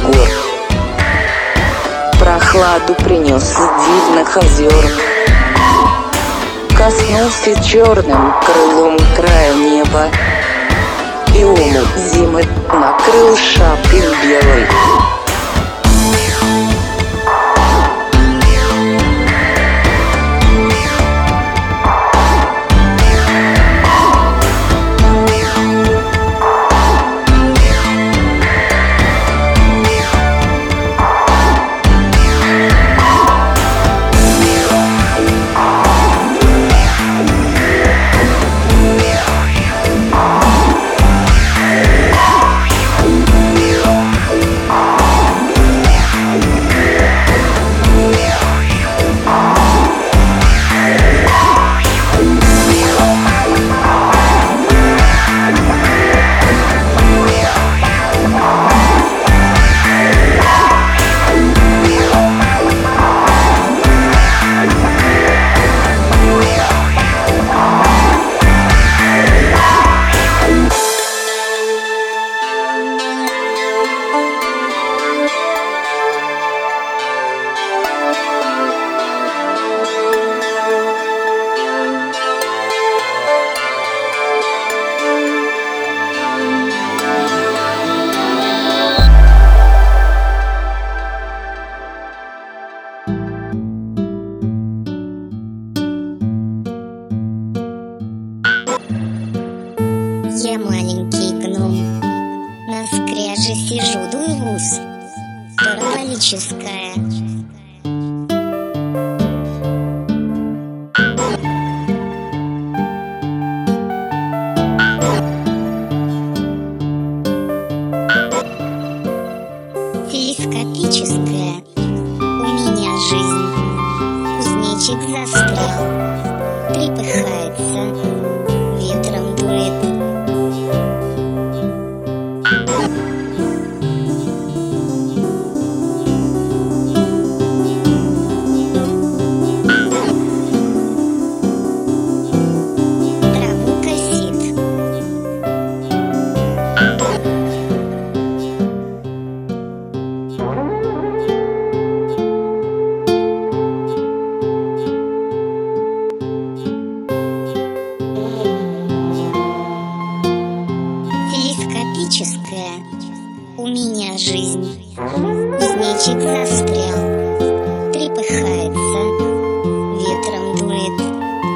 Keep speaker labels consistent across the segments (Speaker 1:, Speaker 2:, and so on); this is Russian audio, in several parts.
Speaker 1: гор. Прохладу принес с дивных озер. Коснулся черным крылом края неба, и омут зимы накрыл шапкой белой.
Speaker 2: Я маленький гном, на скряже сижу, дую в ус, параболическая. Телескопическая, у меня жизнь, кузнечик застрял, трепыхается, ветром дует. Телескопическая, у меня жизнь, кузнечик застрял, трепыхается, ветром дует.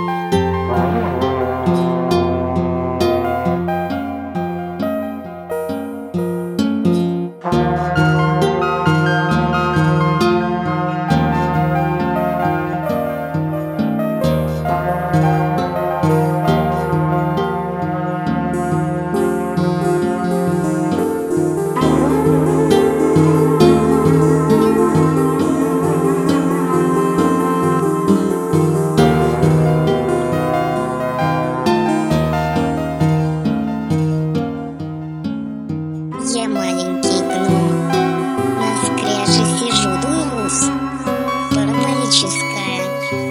Speaker 2: Я маленький гном, на скряже сижу, дую в ус, параболическая.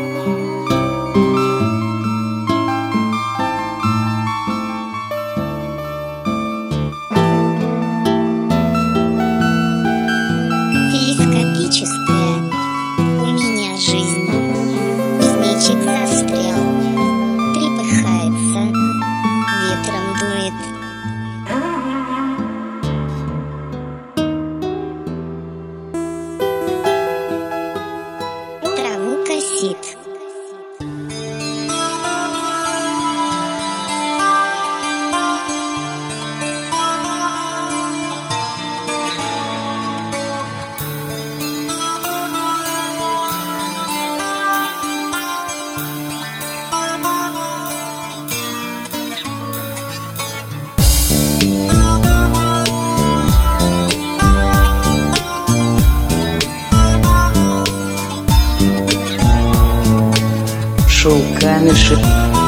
Speaker 2: Телескопическая, у меня жизнь, кузнечик застрял, трепыхается, ветром дует. Траву косит.
Speaker 1: Шел камешек,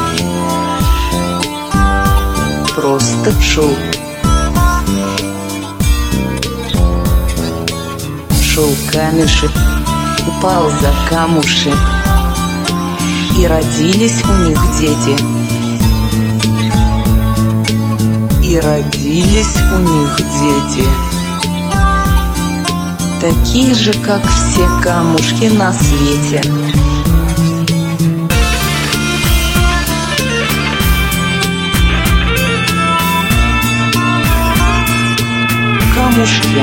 Speaker 1: просто шел. Шел камешек, упал за камушек, и родились у них дети. И родились у них дети. такие же, как все камушки на свете. Камушки.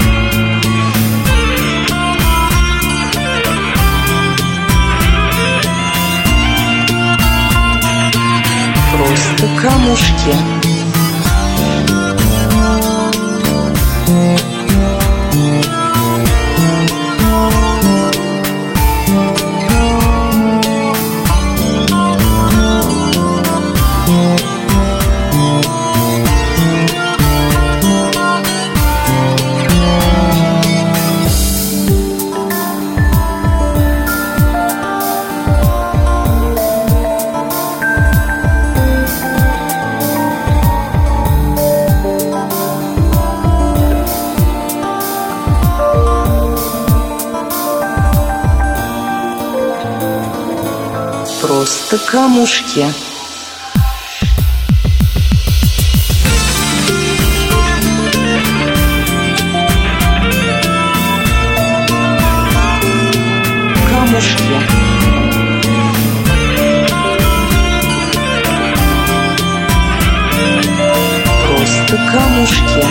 Speaker 1: Просто камушки. Просто камушки. Камушки. Просто камушки.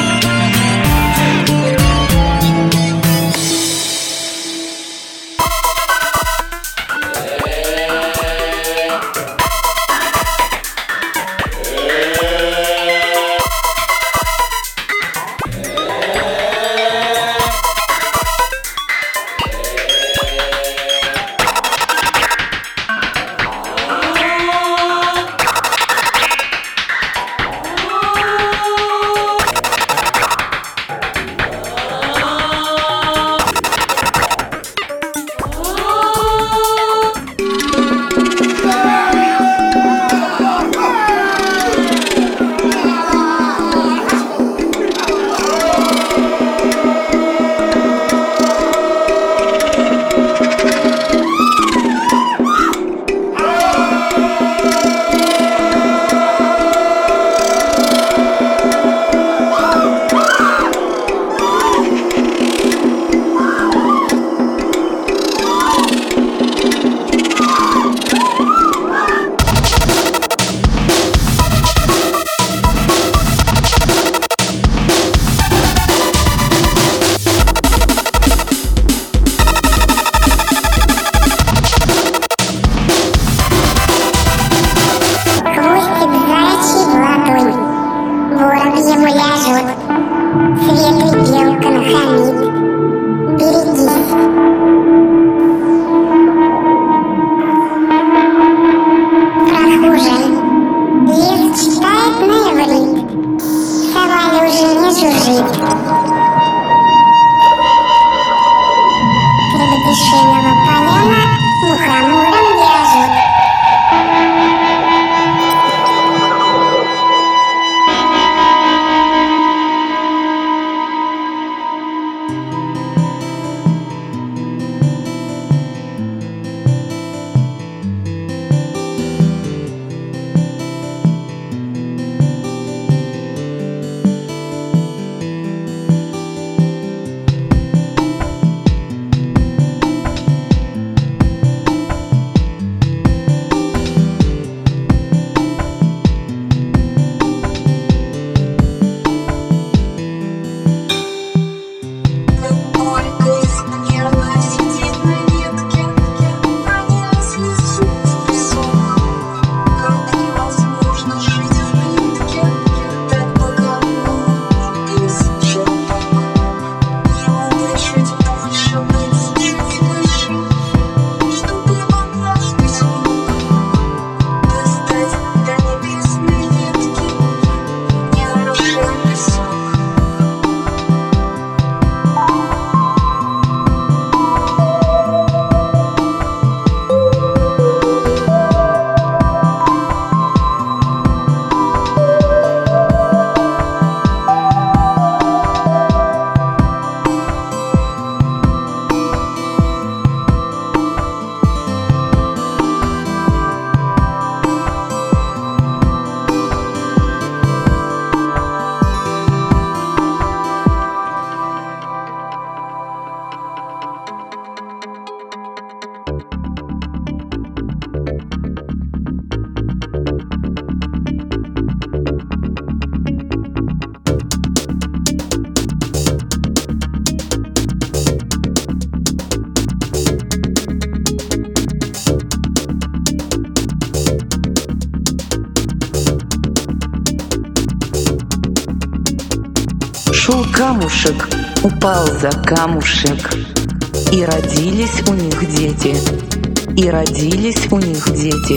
Speaker 1: камушек, упал за камушек, и родились у них дети, и родились у них дети.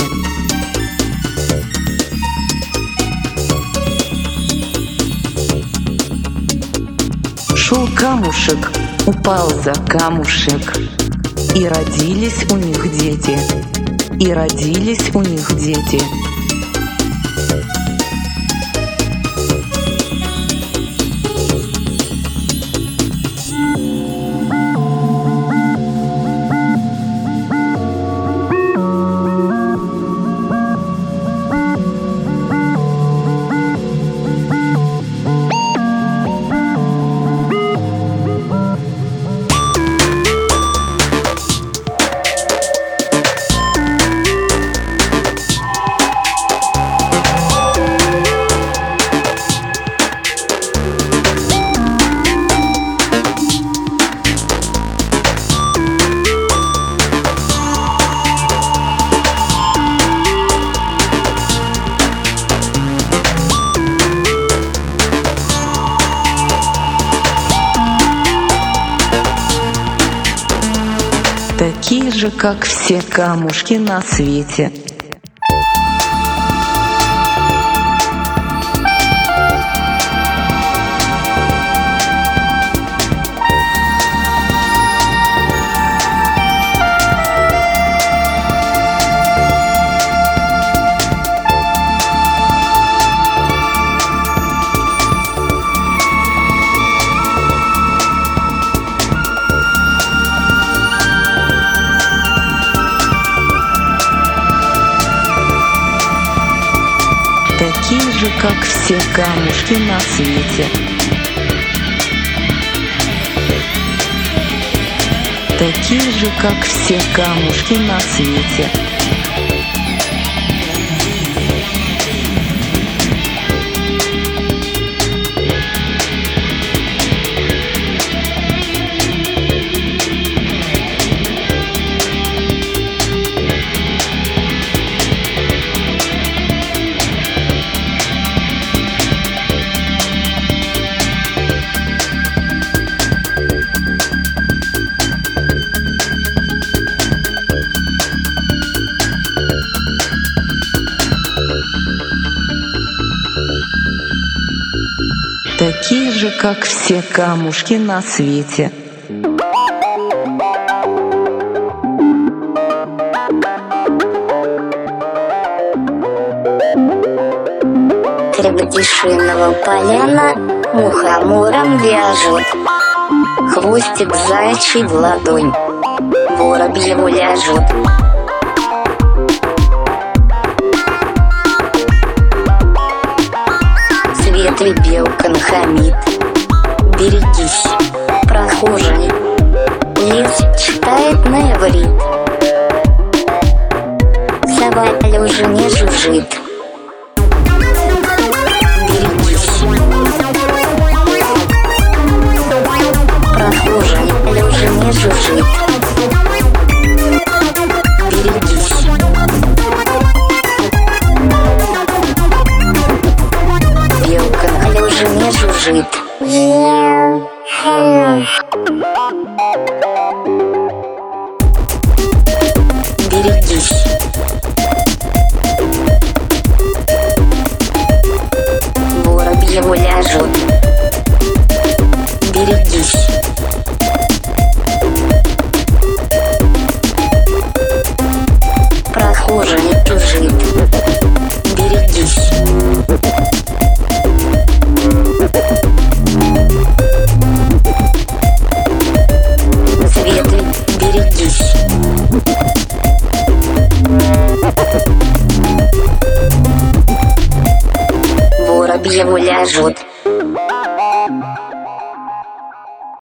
Speaker 1: Шел камушек, упал за камушек, и родились у них дети, и родились у них дети. Такие же, как все камушки на свете. Такие же, как все камушки на свете. Такие же, как все камушки на свете. Такие же, как все камушки на свете.
Speaker 2: Треботишиного поляна мухомором вяжут, хвостик заячий в ладонь, воробьеву ляжут. Ветви белка хамит, берегись, прохожий, лес читает на иврит, сова уже не жужжит. Берегись, прохожий, уже не жужжит. Берегись. Уже не жужжит. Берегись. Воробьеву ляжут. Берегись. Прохожий не жужжит. Берегись. Берегись. Воробьеву ляжут.